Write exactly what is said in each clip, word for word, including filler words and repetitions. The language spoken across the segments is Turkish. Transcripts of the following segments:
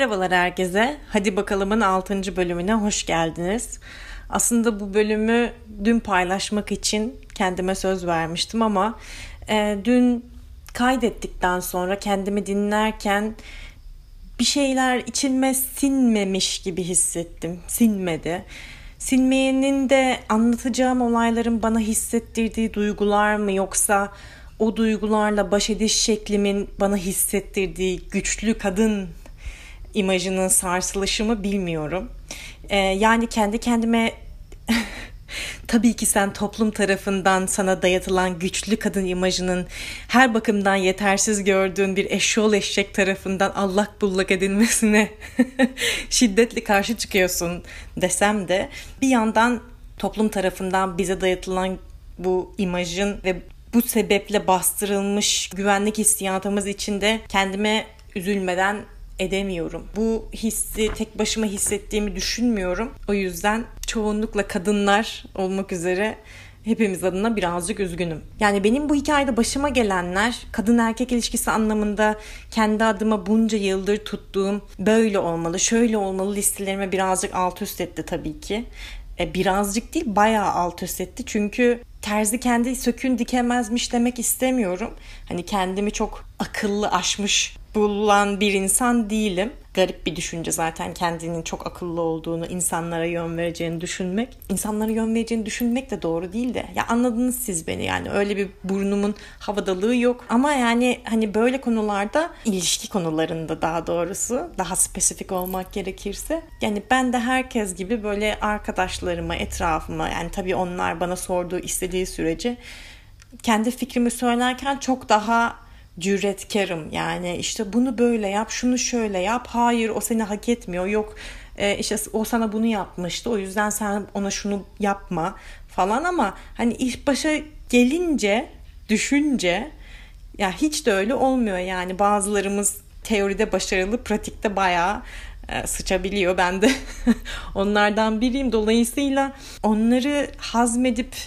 Merhabalar herkese. Hadi bakalımın altıncı bölümüne hoş geldiniz. Aslında bu bölümü dün paylaşmak için kendime söz vermiştim ama e, dün kaydettikten sonra kendimi dinlerken bir şeyler içime sinmemiş gibi hissettim. Sinmedi. Sinmeyenin de anlatacağım olayların bana hissettirdiği duygular mı, yoksa o duygularla baş ediş şeklimin bana hissettirdiği güçlü kadın imajının sarsılışı mı bilmiyorum. Ee, yani kendi kendime tabii ki sen toplum tarafından sana dayatılan güçlü kadın imajının her bakımdan yetersiz gördüğün bir eşşoğlu eşek tarafından allak bullak edilmesine şiddetle karşı çıkıyorsun desem de bir yandan toplum tarafından bize dayatılan bu imajın ve bu sebeple bastırılmış güvenlik hissiyatımız içinde kendime üzülmeden edemiyorum. Bu hissi tek başıma hissettiğimi düşünmüyorum. O yüzden çoğunlukla kadınlar olmak üzere hepimiz adına birazcık üzgünüm. Yani benim bu hikayede başıma gelenler kadın erkek ilişkisi anlamında kendi adıma bunca yıldır tuttuğum böyle olmalı, şöyle olmalı listelerime birazcık alt üst etti tabii ki. E, birazcık değil, bayağı alt üst etti. Çünkü terzi kendi sökün dikemezmiş demek istemiyorum. Hani kendimi çok akıllı aşmış bulan bir insan değilim. Garip bir düşünce zaten kendinin çok akıllı olduğunu, insanlara yön vereceğini düşünmek. İnsanlara yön vereceğini düşünmek de doğru değil de. Ya anladınız siz beni, yani öyle bir burnumun havadalığı yok. Ama yani hani böyle konularda, ilişki konularında daha doğrusu, daha spesifik olmak gerekirse. Yani ben de herkes gibi böyle arkadaşlarıma, etrafıma, yani tabii onlar bana sorduğu, istediği sürece kendi fikrimi söylerken çok daha cüretkarım. Yani işte bunu böyle yap, şunu şöyle yap, hayır o seni hak etmiyor, yok e, işte o sana bunu yapmıştı, o yüzden sen ona şunu yapma falan. Ama hani iş başa gelince, düşünce ya hiç de öyle olmuyor. Yani bazılarımız teoride başarılı, pratikte bayağı e, sıçabiliyor. Ben de onlardan biriyim. Dolayısıyla onları hazmedip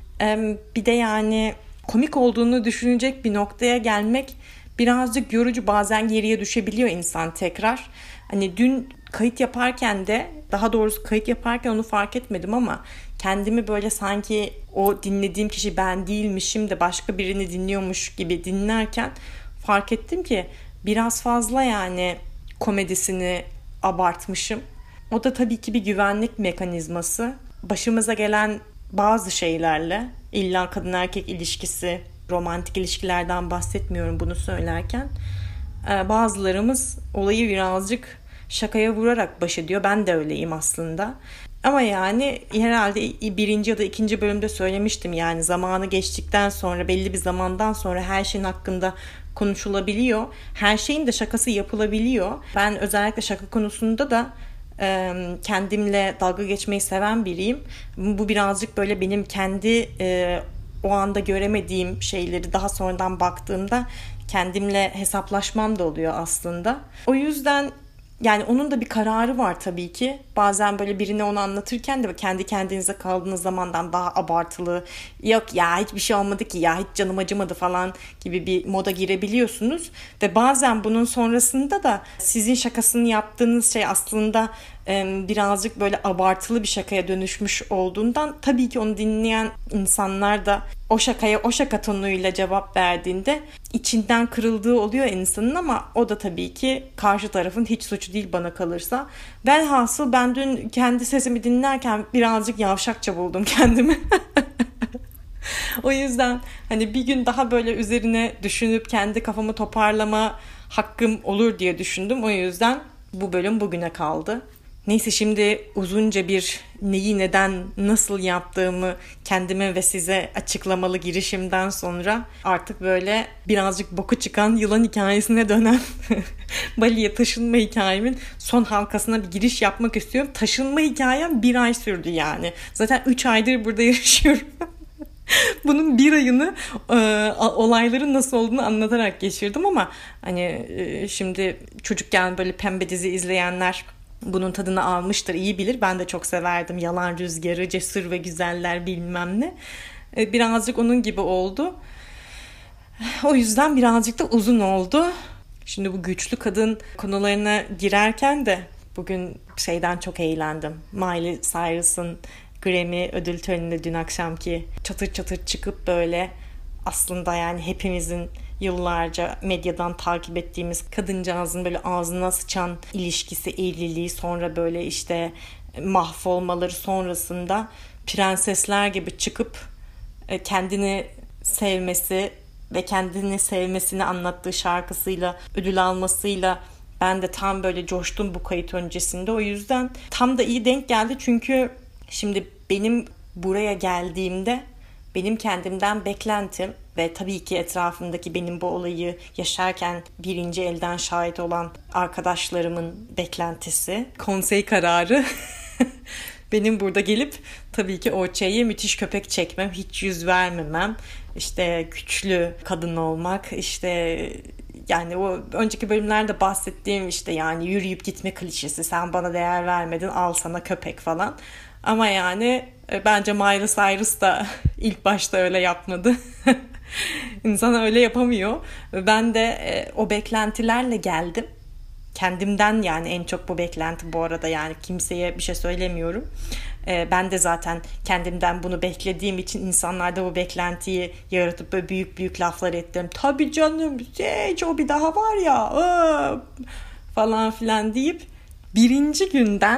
e, bir de yani komik olduğunu düşünecek bir noktaya gelmek birazcık yorucu. Bazen geriye düşebiliyor insan tekrar. Hani dün kayıt yaparken de, daha doğrusu kayıt yaparken onu fark etmedim ama kendimi böyle sanki o dinlediğim kişi ben değilmişim de başka birini dinliyormuş gibi dinlerken fark ettim ki biraz fazla yani komedisini abartmışım. O da tabii ki bir güvenlik mekanizması. Başımıza gelen bazı şeylerle, illa kadın erkek ilişkisi, romantik ilişkilerden bahsetmiyorum bunu söylerken, bazılarımız olayı birazcık şakaya vurarak baş ediyor. Ben de öyleyim aslında. Ama yani herhalde birinci ya da ikinci bölümde söylemiştim, yani zamanı geçtikten sonra, belli bir zamandan sonra her şeyin hakkında konuşulabiliyor. Her şeyin de şakası yapılabiliyor. Ben özellikle şaka konusunda da kendimle dalga geçmeyi seven biriyim. Bu birazcık böyle benim kendi e, o anda göremediğim şeyleri daha sonradan baktığımda kendimle hesaplaşmam da oluyor aslında. O yüzden yani onun da bir kararı var tabii ki. Bazen böyle birine onu anlatırken de kendi kendinize kaldığınız zamandan daha abartılı, yok ya hiçbir şey olmadı ki, ya hiç canım acımadı falan gibi bir moda girebiliyorsunuz. Ve bazen bunun sonrasında da sizin şakasını yaptığınız şey aslında birazcık böyle abartılı bir şakaya dönüşmüş olduğundan tabii ki onu dinleyen insanlar da o şakaya o şaka tonuyla cevap verdiğinde içinden kırıldığı oluyor insanın. Ama o da tabii ki karşı tarafın hiç suçu değil bana kalırsa. Velhasıl ben dün kendi sesimi dinlerken birazcık yavşakça buldum kendimi. O yüzden hani bir gün daha böyle üzerine düşünüp kendi kafamı toparlama hakkım olur diye düşündüm. O yüzden bu bölüm bugüne kaldı. Neyse, şimdi uzunca bir neyi, neden, nasıl yaptığımı kendime ve size açıklamalı girişimden sonra artık böyle birazcık boku çıkan yılan hikayesine dönen Bali'ye taşınma hikayemin son halkasına bir giriş yapmak istiyorum. Taşınma hikayem bir ay sürdü yani. Zaten üç aydır burada yaşıyorum. Bunun bir ayını e, olayların nasıl olduğunu anlatarak geçirdim ama hani e, şimdi çocukken böyle pembe dizi izleyenler bunun tadını almıştır, iyi bilir. Ben de çok severdim. Yalan Rüzgarı, Cesur ve Güzeller bilmem ne. E, birazcık onun gibi oldu. O yüzden birazcık da uzun oldu. Şimdi bu güçlü kadın konularına girerken de bugün şeyden çok eğlendim. Miley Cyrus'ın Grammy ödül töreninde dün akşamki çatır çatır çıkıp böyle aslında yani hepimizin yıllarca medyadan takip ettiğimiz kadıncağızın böyle ağzına sıçan ilişkisi, evliliği, sonra böyle işte mahvolmaları sonrasında prensesler gibi çıkıp kendini sevmesi ve kendini sevmesini anlattığı şarkısıyla ödül almasıyla ben de tam böyle coştum bu kayıt öncesinde. O yüzden tam da iyi denk geldi çünkü şimdi benim buraya geldiğimde benim kendimden beklentim ve tabii ki etrafımdaki benim bu olayı yaşarken birinci elden şahit olan arkadaşlarımın beklentisi, konsey kararı benim burada gelip tabii ki Orçay'a müthiş köpek çekmem, hiç yüz vermemem, işte güçlü kadın olmak, işte yani o önceki bölümlerde bahsettiğim işte yani yürüyüp gitme klişesi, sen bana değer vermedin al sana köpek falan. Ama yani bence Miley Cyrus da ilk başta öyle yapmadı. İnsan öyle yapamıyor. Ben de o beklentilerle geldim. Kendimden yani en çok bu beklenti bu arada, yani kimseye bir şey söylemiyorum. Ben de zaten kendimden bunu beklediğim için insanlarda bu beklentiyi yaratıp böyle büyük büyük laflar ettim. Tabii canım hiç o bir daha var ya aa! falan filan deyip birinci günden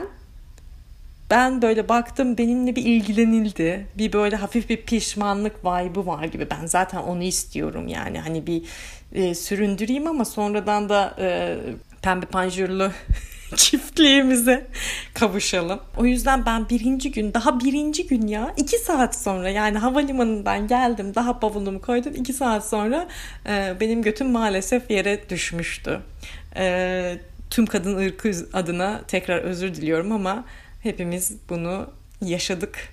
ben böyle baktım benimle bir ilgilenildi. Bir böyle hafif bir pişmanlık vibe'ı var gibi. Ben zaten onu istiyorum yani. Hani bir e, süründüreyim ama sonradan da e, pembe panjurlu çiftliğimize kavuşalım. O yüzden ben birinci gün, daha birinci gün ya iki saat sonra yani havalimanından geldim. Daha bavulumu koydum. iki saat sonra e, benim götüm maalesef yere düşmüştü. E, tüm kadın ırkı adına tekrar özür diliyorum ama hepimiz bunu yaşadık,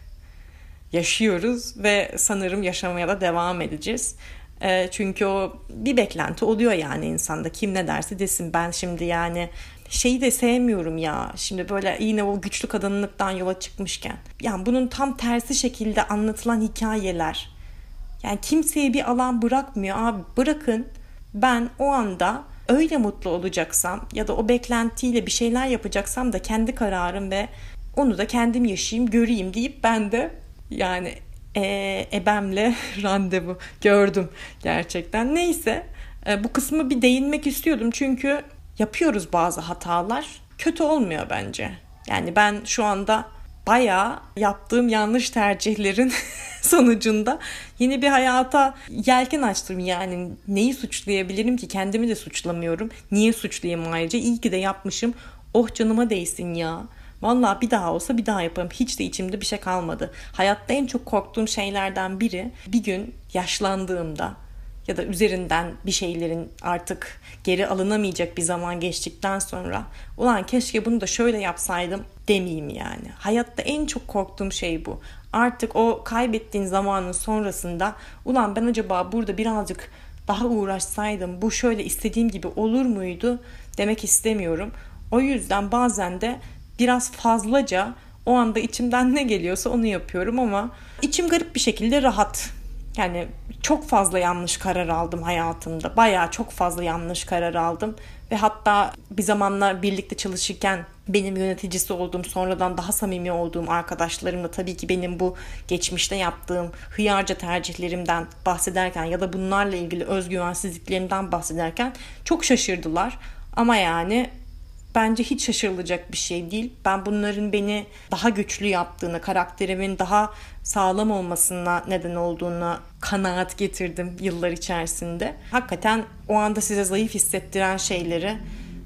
yaşıyoruz ve sanırım yaşamaya da devam edeceğiz. E, çünkü o bir beklenti oluyor yani insanda. Kim ne derse desin. Ben şimdi yani şeyi de sevmiyorum ya. Şimdi böyle yine o güçlü kadınlıktan yola çıkmışken. Yani bunun tam tersi şekilde anlatılan hikayeler. Yani kimseye bir alan bırakmıyor. Abi bırakın, ben o anda öyle mutlu olacaksam ya da o beklentiyle bir şeyler yapacaksam da kendi kararım ve onu da kendim yaşayayım, göreyim deyip ben de yani e, ebemle randevu gördüm gerçekten. Neyse e, bu kısmı bir değinmek istiyordum çünkü yapıyoruz bazı hatalar. Kötü olmuyor bence. Yani ben şu anda bayağı yaptığım yanlış tercihlerin sonucunda yeni bir hayata yelken açtım. Yani neyi suçlayabilirim ki? Kendimi de suçlamıyorum. Niye suçlayayım ayrıca? İyi ki de yapmışım. Oh canıma değsin ya. Vallahi bir daha olsa bir daha yaparım. Hiç de içimde bir şey kalmadı. Hayatta en çok korktuğum şeylerden biri bir gün yaşlandığımda ya da üzerinden bir şeylerin artık geri alınamayacak bir zaman geçtikten sonra ulan keşke bunu da şöyle yapsaydım demeyeyim yani. Hayatta en çok korktuğum şey bu. Artık o kaybettiğin zamanın sonrasında ulan ben acaba burada birazcık daha uğraşsaydım bu şöyle istediğim gibi olur muydu demek istemiyorum. O yüzden bazen de biraz fazlaca o anda içimden ne geliyorsa onu yapıyorum ama içim garip bir şekilde rahat. Yani çok fazla yanlış karar aldım hayatımda. Bayağı çok fazla yanlış karar aldım. Ve hatta bir zamanlar birlikte çalışırken benim yöneticisi olduğum, sonradan daha samimi olduğum arkadaşlarımla tabii ki benim bu geçmişte yaptığım hıyarca tercihlerimden bahsederken ya da bunlarla ilgili özgüvensizliklerimden bahsederken çok şaşırdılar. Ama yani bence hiç şaşırılacak bir şey değil. Ben bunların beni daha güçlü yaptığını, karakterimin daha sağlam olmasına neden olduğuna kanaat getirdim yıllar içerisinde. Hakikaten o anda size zayıf hissettiren şeyleri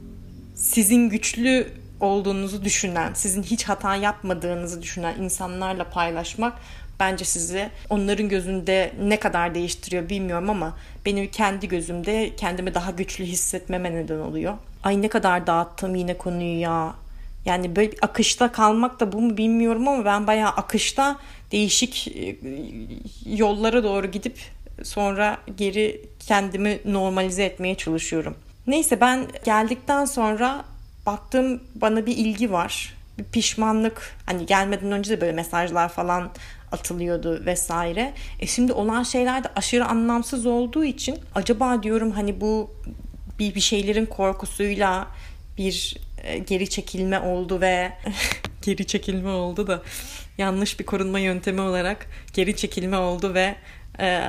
sizin güçlü olduğunuzu düşünen, sizin hiç hata yapmadığınızı düşünen insanlarla paylaşmak bence sizi onların gözünde ne kadar değiştiriyor bilmiyorum ama benim kendi gözümde kendimi daha güçlü hissetmeme neden oluyor. Ay ne kadar dağıttım yine konuyu ya. Yani böyle bir akışta kalmak da bu mu bilmiyorum ama ben bayağı akışta değişik yollara doğru gidip sonra geri kendimi normalize etmeye çalışıyorum. Neyse ben geldikten sonra baktım bana bir ilgi var. Bir pişmanlık. Hani gelmeden önce de böyle mesajlar falan atılıyordu vesaire. E şimdi olan şeyler de aşırı anlamsız olduğu için acaba diyorum hani bu bir bir şeylerin korkusuyla bir e, geri çekilme oldu ve geri çekilme oldu da yanlış bir korunma yöntemi olarak geri çekilme oldu ve e,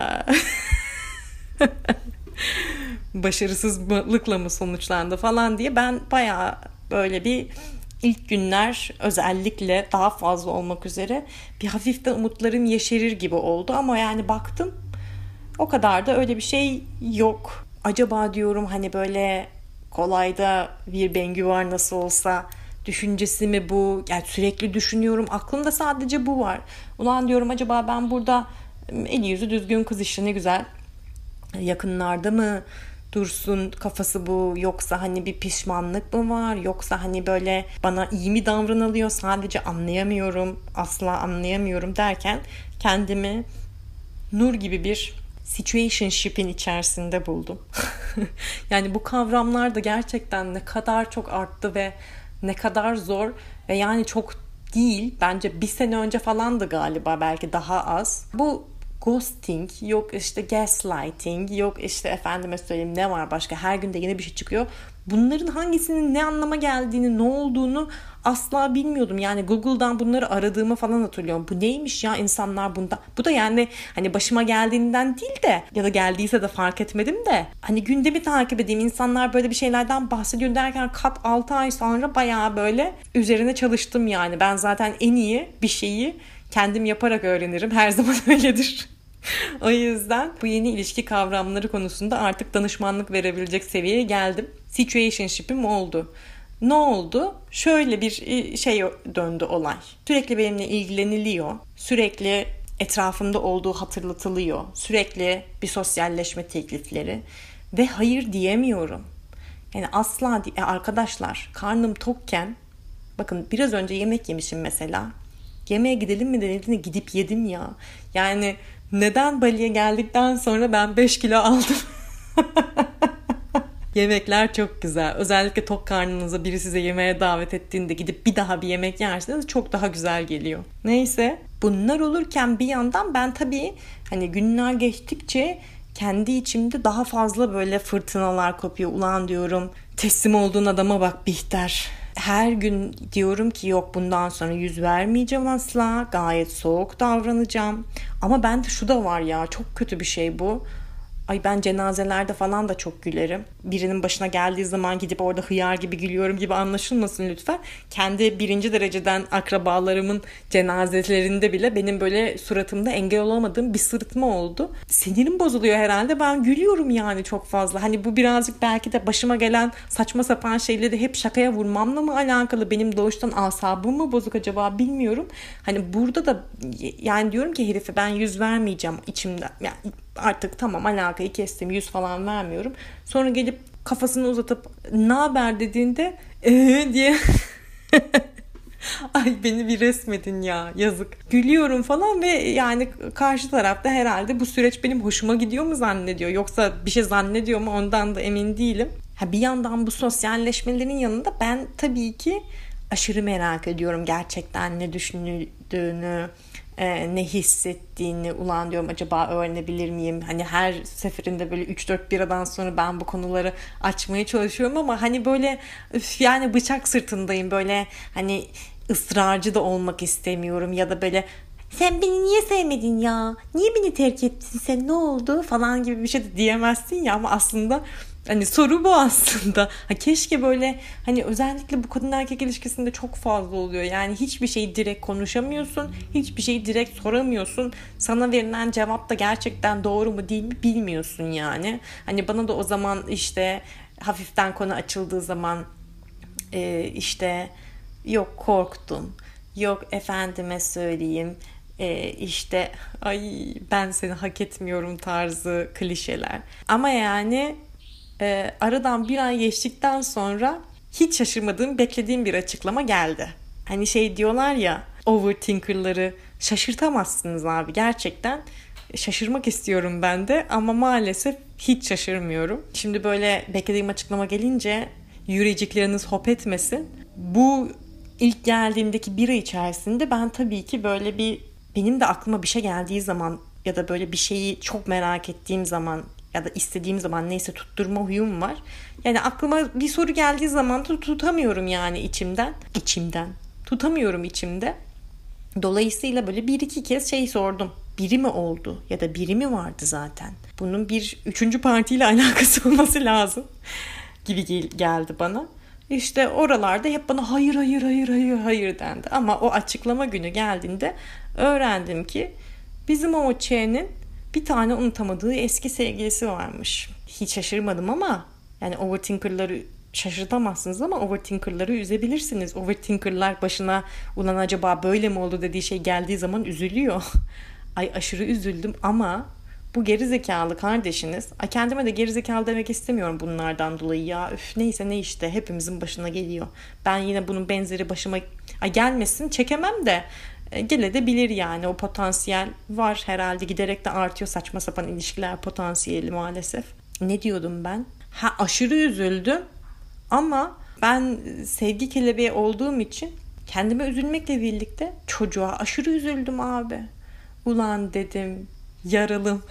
başarısızlıkla mı sonuçlandı falan diye ben bayağı böyle bir ilk günler özellikle daha fazla olmak üzere bir hafiften umutlarım yeşerir gibi oldu ama yani baktım o kadar da öyle bir şey yok. Acaba diyorum hani böyle kolayda bir Bengü var nasıl olsa düşüncesi mi bu? Yani sürekli düşünüyorum. Aklımda sadece bu var. Ulan diyorum acaba ben burada eli yüzü düzgün kız işte ne güzel. Yakınlarda mı dursun kafası bu, yoksa hani bir pişmanlık mı var, yoksa hani böyle bana iyi mi davranılıyor, sadece anlayamıyorum, asla anlayamıyorum derken kendimi Nur gibi bir situationship'in içerisinde buldum. Yani bu kavramlar da gerçekten ne kadar çok arttı ve ne kadar zor ve yani çok değil, bence bir sene önce falandı galiba, belki daha az. Bu ghosting, yok işte gaslighting, yok işte efendime söyleyeyim ne var başka, her gün de yeni bir şey çıkıyor. Bunların hangisinin ne anlama geldiğini, ne olduğunu asla bilmiyordum. Yani Google'dan bunları aradığımı falan hatırlıyorum. Bu neymiş ya, insanlar bunda. Bu da yani hani başıma geldiğinden değil de, ya da geldiyse de fark etmedim de. Hani gündemi takip edeyim, insanlar böyle bir şeylerden bahsediyor derken kat altı ay sonra bayağı böyle üzerine çalıştım yani. Ben zaten en iyi bir şeyi kendim yaparak öğrenirim. Her zaman öyledir. O yüzden bu yeni ilişki kavramları konusunda artık danışmanlık verebilecek seviyeye geldim. Situationship'im oldu. Ne oldu? Şöyle bir şey döndü olay. Sürekli benimle ilgileniliyor. Sürekli etrafımda olduğu hatırlatılıyor. Sürekli bir sosyalleşme teklifleri. Ve hayır diyemiyorum. Yani asla di- arkadaşlar, karnım tokken, bakın biraz önce yemek yemişim mesela. Yemeğe gidelim mi denildiğinde gidip yedim ya. Yani neden Bali'ye geldikten sonra ben beş kilo aldım. Yemekler çok güzel. Özellikle tok karnınıza biri size yemeğe davet ettiğinde gidip bir daha bir yemek yerseniz çok daha güzel geliyor. Neyse, bunlar olurken bir yandan ben tabii hani günler geçtikçe kendi içimde daha fazla böyle fırtınalar kopuyor. Ulan diyorum, teslim olduğun adama bak Bihter. Her gün diyorum ki yok, bundan sonra yüz vermeyeceğim asla. Gayet soğuk davranacağım. Ama bende şu da var ya, çok kötü bir şey bu. Ay ben cenazelerde falan da çok gülerim. Birinin başına geldiği zaman gidip orada hıyar gibi gülüyorum gibi anlaşılmasın lütfen. Kendi birinci dereceden akrabalarımın cenazelerinde bile benim böyle suratımda engel olamadığım bir sırıtma oldu. Sinirim bozuluyor herhalde. Ben gülüyorum yani çok fazla. Hani bu birazcık belki de başıma gelen saçma sapan şeyleri hep şakaya vurmamla mı alakalı? Benim doğuştan asabım mı bozuk acaba, bilmiyorum. Hani burada da yani diyorum ki herife ben yüz vermeyeceğim içimden. Yani artık tamam, alakayı kestim, yüz falan vermiyorum. Sonra gelip kafasını uzatıp ne haber dediğinde ee diye ay beni bir resmedin ya, yazık. Gülüyorum falan ve yani karşı tarafta herhalde bu süreç benim hoşuma gidiyor mu zannediyor, yoksa bir şey zannediyor mu, ondan da emin değilim. Ha, bir yandan bu sosyalleşmelerin yanında ben tabii ki aşırı merak ediyorum gerçekten ne düşündüğünü, Ee, ne hissettiğini. Ulan diyorum acaba öğrenebilir miyim? Hani her seferinde böyle üç dört biradan sonra ben bu konuları açmaya çalışıyorum ama hani böyle üf, yani bıçak sırtındayım, böyle hani ısrarcı da olmak istemiyorum ya da böyle sen beni niye sevmedin ya? Niye beni terk ettin sen? Ne oldu? Falan gibi bir şey de diyemezsin ya, ama aslında hani soru bu aslında. Ha, keşke böyle, hani özellikle bu kadın erkek ilişkisinde çok fazla oluyor. Yani hiçbir şeyi direkt konuşamıyorsun. Hiçbir şeyi direkt soramıyorsun. Sana verilen cevap da gerçekten doğru mu değil mi bilmiyorsun yani. Hani bana da o zaman işte hafiften konu açıldığı zaman e, işte yok korktum. Yok efendime söyleyeyim. Ee, işte ay ben seni hak etmiyorum tarzı klişeler. Ama yani e, aradan bir ay geçtikten sonra hiç şaşırmadığım, beklediğim bir açıklama geldi. Hani şey diyorlar ya, overthinker'ları şaşırtamazsınız abi, gerçekten şaşırmak istiyorum ben de ama maalesef hiç şaşırmıyorum. Şimdi böyle beklediğim açıklama gelince yürecikleriniz hop etmesin. Bu ilk geldiğimdeki bir ay içerisinde ben tabii ki böyle bir, benim de aklıma bir şey geldiği zaman ya da böyle bir şeyi çok merak ettiğim zaman ya da istediğim zaman neyse tutturma huyum var. Yani aklıma bir soru geldiği zaman da tutamıyorum yani içimden. İçimden. Tutamıyorum içimde. Dolayısıyla böyle bir iki kez şey sordum. Biri mi oldu ya da biri mi vardı zaten? Bunun bir üçüncü partiyle alakası olması lazım gibi gel- geldi bana. İşte oralarda hep bana hayır hayır hayır hayır hayır dendi. Ama o açıklama günü geldiğinde öğrendim ki bizim o Ç'nin bir tane unutamadığı eski sevgilisi varmış. Hiç şaşırmadım ama yani overthinker'ları şaşırtamazsınız ama overthinker'ları üzebilirsiniz. Overthinker'lar başına ulan acaba böyle mi oldu dediği şey geldiği zaman üzülüyor. Ay aşırı üzüldüm ama bu gerizekalı kardeşiniz, ay kendime de gerizekalı demek istemiyorum bunlardan dolayı ya. Üf, neyse ne işte hepimizin başına geliyor. Ben yine bunun benzeri başıma ay gelmesin çekemem de e, gele de bilir yani, o potansiyel var herhalde, giderek de artıyor saçma sapan ilişkiler potansiyeli maalesef. Ne diyordum ben? Ha, aşırı üzüldüm ama ben sevgi kelebeği olduğum için kendime üzülmekle birlikte çocuğa aşırı üzüldüm abi. Ulan dedim yaralım.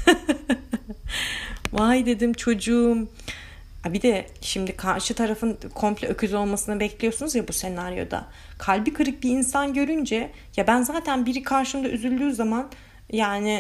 Vay dedim çocuğum. Bir de şimdi karşı tarafın komple öküz olmasını bekliyorsunuz ya bu senaryoda. Kalbi kırık bir insan görünce ya ben zaten biri karşımda üzüldüğü zaman yani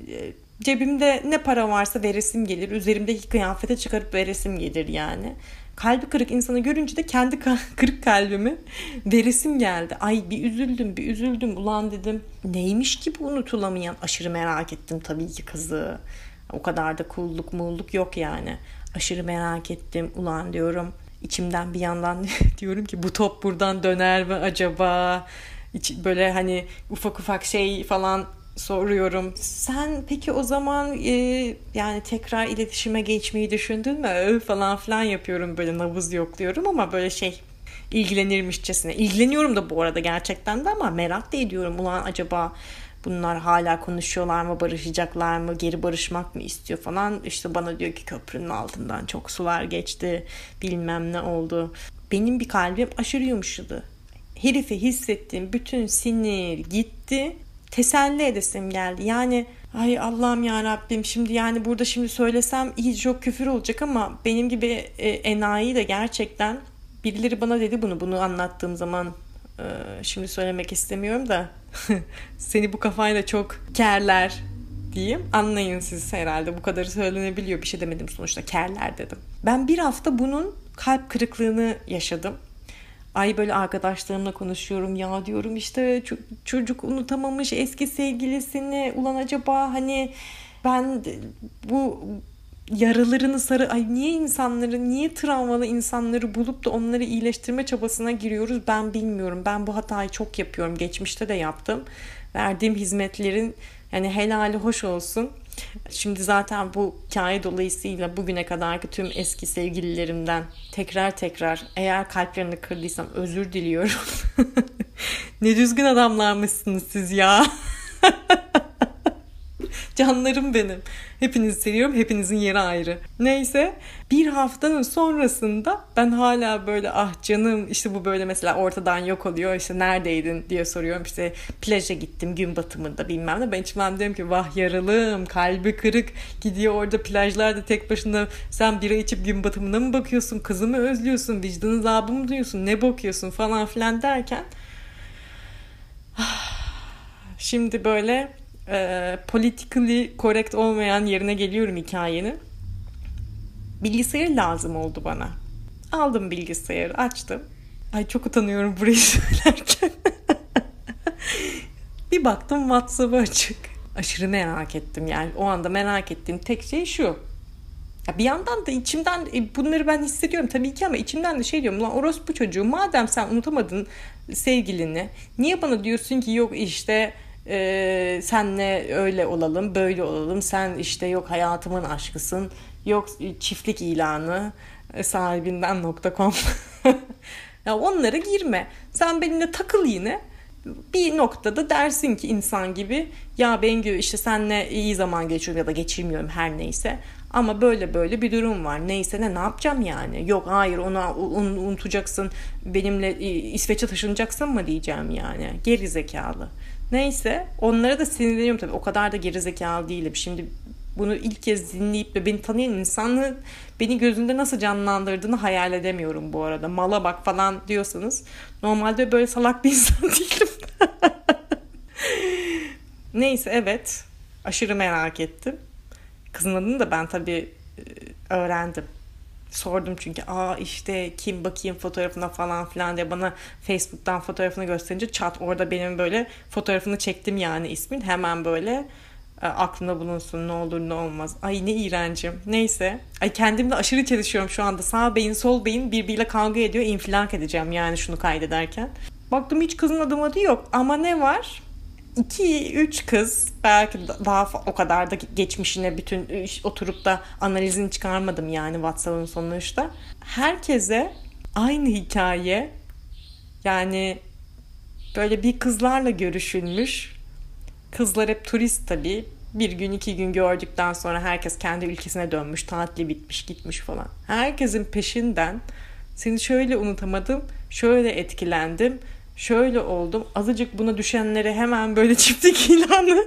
cebimde ne para varsa veresim gelir. Üzerimdeki kıyafete çıkarıp veresim gelir yani. Kalbi kırık insanı görünce de kendi kırık kalbimi veresim geldi. Ay bir üzüldüm bir üzüldüm. Ulan dedim neymiş ki bu unutulamayan. Aşırı merak ettim tabii ki kızı. O kadar da kulluk mulluk yok yani. Aşırı merak ettim. Ulan diyorum içimden bir yandan diyorum ki bu top buradan döner mi acaba? İç, böyle hani ufak ufak şey falan soruyorum. Sen peki o zaman e, yani tekrar iletişime geçmeyi düşündün mü? Ö, falan filan yapıyorum, böyle nabız yokluyorum ama böyle şey ilgilenirmişçesine. İlgileniyorum da bu arada gerçekten de ama merak da ediyorum. Ulan acaba bunlar hala konuşuyorlar mı, barışacaklar mı, geri barışmak mı istiyor falan. İşte bana diyor ki köprünün altından çok sular geçti, bilmem ne oldu. Benim bir kalbim aşırı yumuşadı. Herife hissettiğim bütün sinir gitti. Teselli edesim geldi. Yani ay Allah'ım ya Rabbim, şimdi yani burada şimdi söylesem iyice çok küfür olacak ama benim gibi e, enayi de gerçekten birileri bana dedi bunu bunu anlattığım zaman e, şimdi söylemek istemiyorum da seni bu kafayla çok kerler diyeyim. Anlayın siz herhalde, bu kadarı söylenebiliyor, bir şey demedim sonuçta, kerler dedim. Ben bir hafta bunun kalp kırıklığını yaşadım. Ay böyle arkadaşlarımla konuşuyorum ya, diyorum işte çocuk unutamamış eski sevgilisini, ulan acaba hani ben bu yaralarını sarı, ay niye insanları, niye travmalı insanları bulup da onları iyileştirme çabasına giriyoruz ben bilmiyorum. Ben bu hatayı çok yapıyorum, geçmişte de yaptım. Verdiğim hizmetlerin yani helali hoş olsun. Şimdi zaten bu hikaye dolayısıyla bugüne kadarki tüm eski sevgililerimden tekrar tekrar eğer kalplerini kırdıysam özür diliyorum. Ne düzgün adamlarmışsınız siz ya. Canlarım benim. Hepinizi seviyorum. Hepinizin yeri ayrı. Neyse, bir haftanın sonrasında ben hala böyle ah canım işte bu böyle mesela ortadan yok oluyor. İşte neredeydin diye soruyorum. İşte plaja gittim gün batımında bilmem ne. Ben içimden diyorum ki vah yaralım, kalbi kırık, gidiyor orada plajlarda tek başına sen bira içip gün batımına mı bakıyorsun? Kızı mı özlüyorsun? Vicdanın azabı mı duyuyorsun? Ne bakıyorsun falan filan derken şimdi böyle e, politically correct olmayan yerine geliyorum hikayenin. Bilgisayar lazım oldu bana. Aldım bilgisayarı, açtım. Ay çok utanıyorum burayı söylerken. Bir baktım WhatsApp'ı açık. Aşırı merak ettim yani. O anda merak ettiğim tek şey şu. Ya bir yandan da içimden bunları ben hissediyorum tabii ki ama içimden de şey diyorum. Lan orospu çocuğu, madem sen unutamadın sevgilini, niye bana diyorsun ki yok işte e, senle öyle olalım böyle olalım, sen işte yok hayatımın aşkısın, yok çiftlik ilanı sahibinden nokta com. Ya onlara girme. Sen benimle takıl yine. Bir noktada dersin ki insan gibi ya Bengü işte seninle iyi zaman geçiriyorum ya da geçirmiyorum her neyse. Ama böyle böyle bir durum var. Neyse ne ne yapacağım yani? Yok hayır onu, onu unutacaksın. Benimle İsveç'e taşınacaksın mı diyeceğim yani. Geri zekalı. Neyse onlara da sinirleniyorum tabii. O kadar da geri zekalı değilim. Şimdi bunu ilk kez dinleyip de beni tanıyan insanın beni gözünde nasıl canlandırdığını hayal edemiyorum bu arada. Mala bak falan diyorsanız normalde böyle salak bir insan değilim. Neyse, evet, aşırı merak ettim. Kızın adını da ben tabii öğrendim. Sordum çünkü aa işte kim bakayım fotoğrafına falan filan diye bana Facebook'tan fotoğrafını gösterince çat orada benim böyle fotoğrafını çektim yani ismin. Hemen böyle e, aklımda bulunsun ne olur ne olmaz. Ay ne iğrencim. Neyse. Ay kendimle aşırı çelişiyorum şu anda. Sağ beyin sol beyin birbiriyle kavga ediyor. İnfilak edeceğim yani şunu kaydederken. Baktım hiç kızın adı adı yok. Ama ne var? iki üç kız, belki daha o kadar da geçmişine bütün oturup da analizini çıkarmadım yani WhatsApp'ın sonuçta. Herkese aynı hikaye, yani böyle bir kızlarla görüşülmüş. Kızlar hep turist tabii. Bir gün iki gün gördükten sonra herkes kendi ülkesine dönmüş, tatili bitmiş gitmiş falan. Herkesin peşinden seni şöyle unutamadım, şöyle etkilendim, şöyle oldum. Azıcık buna düşenlere hemen böyle çiftlik ilanı.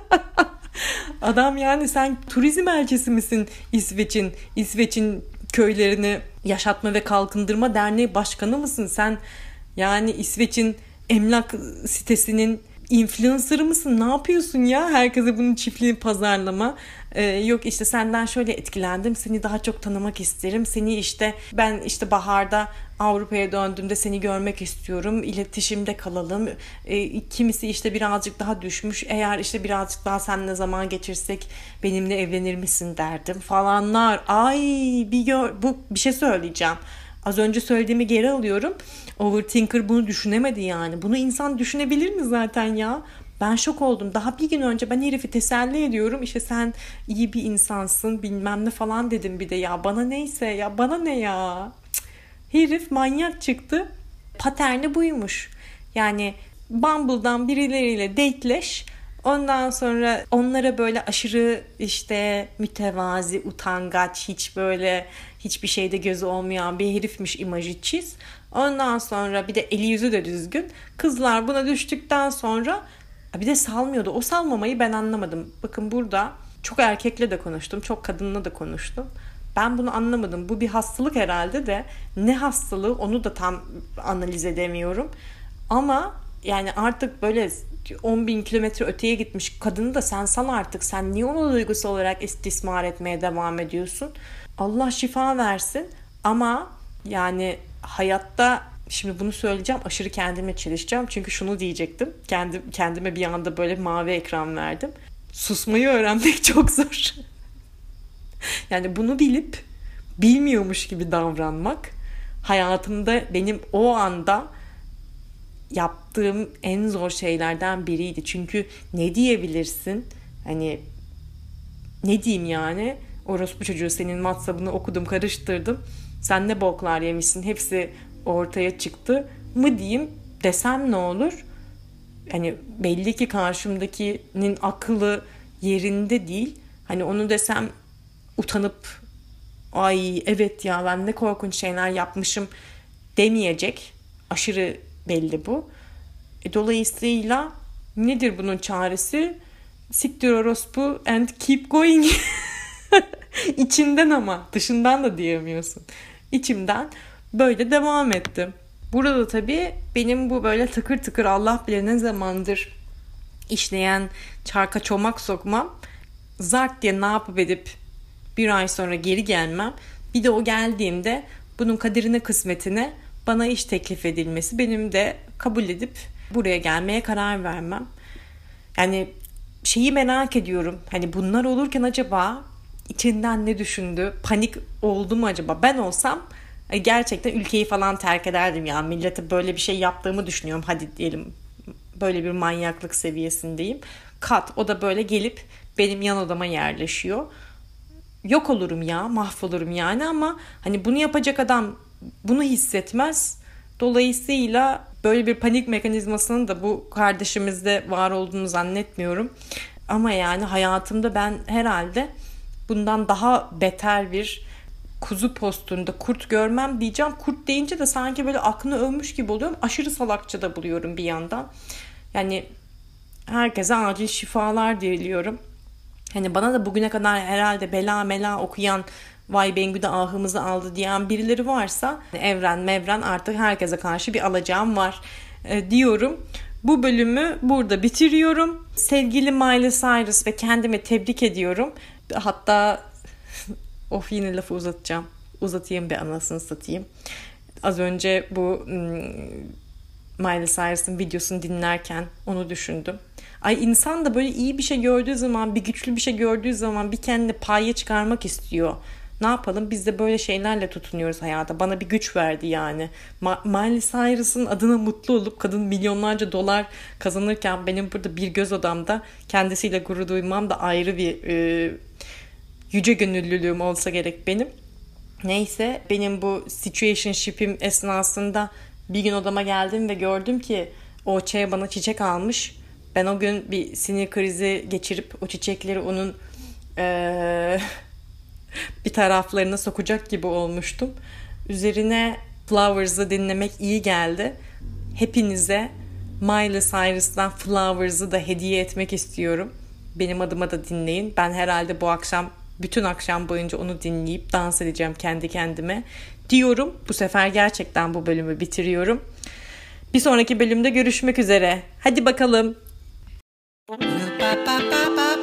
Adam yani sen turizm elçisi misin İsveç'in? İsveç'in köylerini yaşatma ve kalkındırma derneği başkanı mısın? Sen yani İsveç'in emlak sitesinin influencer'ı mısın? Ne yapıyorsun ya? Herkese bunun çiftliğini pazarlama. Ee, yok işte senden şöyle etkilendim. Seni daha çok tanımak isterim. Seni işte ben işte baharda Avrupa'ya döndüğümde seni görmek istiyorum. İletişimde kalalım. Ee, kimisi işte birazcık daha düşmüş. Eğer işte birazcık daha seninle zaman geçirsek benimle evlenir misin derdim falanlar. Ay bir gör, bu bir şey söyleyeceğim. Az önce söylediğimi geri alıyorum. Overthinker bunu düşünemedi yani. Bunu insan düşünebilir mi zaten ya? Ben şok oldum. Daha bir gün önce ben herifi teselli ediyorum. İşte sen iyi bir insansın bilmem ne falan dedim bir de ya. Bana neyse ya, bana ne ya? Cık. Herif manyak çıktı. Paterni buymuş. Yani Bumble'dan birileriyle dateleş. Ondan sonra onlara böyle aşırı işte mütevazi, utangaç, hiç böyle hiçbir şeyde gözü olmayan bir herifmiş imajı çiz. Ondan sonra bir de eli yüzü de düzgün. Kızlar buna düştükten sonra bir de salmıyordu. O salmamayı ben anlamadım. Bakın burada çok erkekle de konuştum, çok kadınla da konuştum. Ben bunu anlamadım. Bu bir hastalık herhalde de ne hastalığı onu da tam analiz edemiyorum. Ama yani artık böyle on bin kilometre öteye gitmiş kadını da sen sal artık. Sen niye onu duygusal olarak istismar etmeye devam ediyorsun? Allah şifa versin. Ama yani hayatta şimdi bunu söyleyeceğim, aşırı kendime çelişeceğim. Çünkü şunu diyecektim. Kendim, kendime bir anda böyle mavi ekran verdim. Susmayı öğrenmek çok zor. Yani bunu bilip bilmiyormuş gibi davranmak hayatımda benim o anda yaptığım en zor şeylerden biriydi. Çünkü ne diyebilirsin? Hani ne diyeyim yani? Orospu çocuğu senin WhatsApp'ını okudum, karıştırdım. Sen ne boklar yemişsin? Hepsi ortaya çıktı mı diyeyim, desem ne olur? Hani belli ki karşımdakinin aklı yerinde değil. Hani onu desem utanıp ay evet ya ben ne korkunç şeyler yapmışım demeyecek. Aşırı belli bu. E, dolayısıyla nedir bunun çaresi? Siktir orospu and keep going. İçinden ama dışından da diyemiyorsun. İçimden böyle devam ettim. Burada tabii benim bu böyle tıkır tıkır Allah bilir ne zamandır işleyen çarka çomak sokmam, zart diye ne yapıp edip bir ay sonra geri gelmem. Bir de o geldiğimde bunun kaderine kısmetine bana iş teklif edilmesi, benim de kabul edip buraya gelmeye karar vermem. Yani şeyi merak ediyorum. Hani bunlar olurken acaba içinden ne düşündü? Panik oldu mu acaba? Ben olsam gerçekten ülkeyi falan terk ederdim ya. Millete böyle bir şey yaptığımı düşünüyorum. Hadi diyelim böyle bir manyaklık seviyesindeyim. Kat o da böyle gelip benim yan odama yerleşiyor. Yok olurum ya, mahvolurum yani, ama hani bunu yapacak adam bunu hissetmez. Dolayısıyla böyle bir panik mekanizmasının da bu kardeşimizde var olduğunu zannetmiyorum. Ama yani hayatımda ben herhalde bundan daha beter bir kuzu postunda kurt görmem diyeceğim. Kurt deyince de sanki böyle aklını övmüş gibi oluyorum. Aşırı salakça da buluyorum bir yandan. Yani herkese acil şifalar diliyorum. Hani bana da bugüne kadar herhalde bela mela okuyan, vay Bengü de ahımızı aldı diyen birileri varsa, evren mevren artık herkese karşı bir alacağım var e, diyorum. Bu bölümü burada bitiriyorum. Sevgili Miley Cyrus ve kendimi tebrik ediyorum. Hatta of yine lafı uzatacağım. Uzatayım bir anasını satayım. Az önce bu Miley Cyrus'ın videosunu dinlerken onu düşündüm. Ay insan da böyle iyi bir şey gördüğü zaman, bir güçlü bir şey gördüğü zaman bir kendine payya çıkarmak istiyor. Ne yapalım? Biz de böyle şeylerle tutunuyoruz hayata. Bana bir güç verdi yani. Ma- Miley Cyrus'ın adına mutlu olup kadın milyonlarca dolar kazanırken benim burada bir göz odamda kendisiyle gurur duymam da ayrı bir e, yüce gönüllülüğüm olsa gerek benim. Neyse, benim bu situationship'im esnasında bir gün odama geldim ve gördüm ki o çaya bana çiçek almış. Ben o gün bir sinir krizi geçirip o çiçekleri onun ee, bir taraflarına sokacak gibi olmuştum. Üzerine Flowers'ı dinlemek iyi geldi. Hepinize Miley Cyrus'tan Flowers'ı da hediye etmek istiyorum. Benim adıma da dinleyin. Ben herhalde bu akşam bütün akşam boyunca onu dinleyip dans edeceğim kendi kendime diyorum. Bu sefer gerçekten bu bölümü bitiriyorum. Bir sonraki bölümde görüşmek üzere. Hadi bakalım.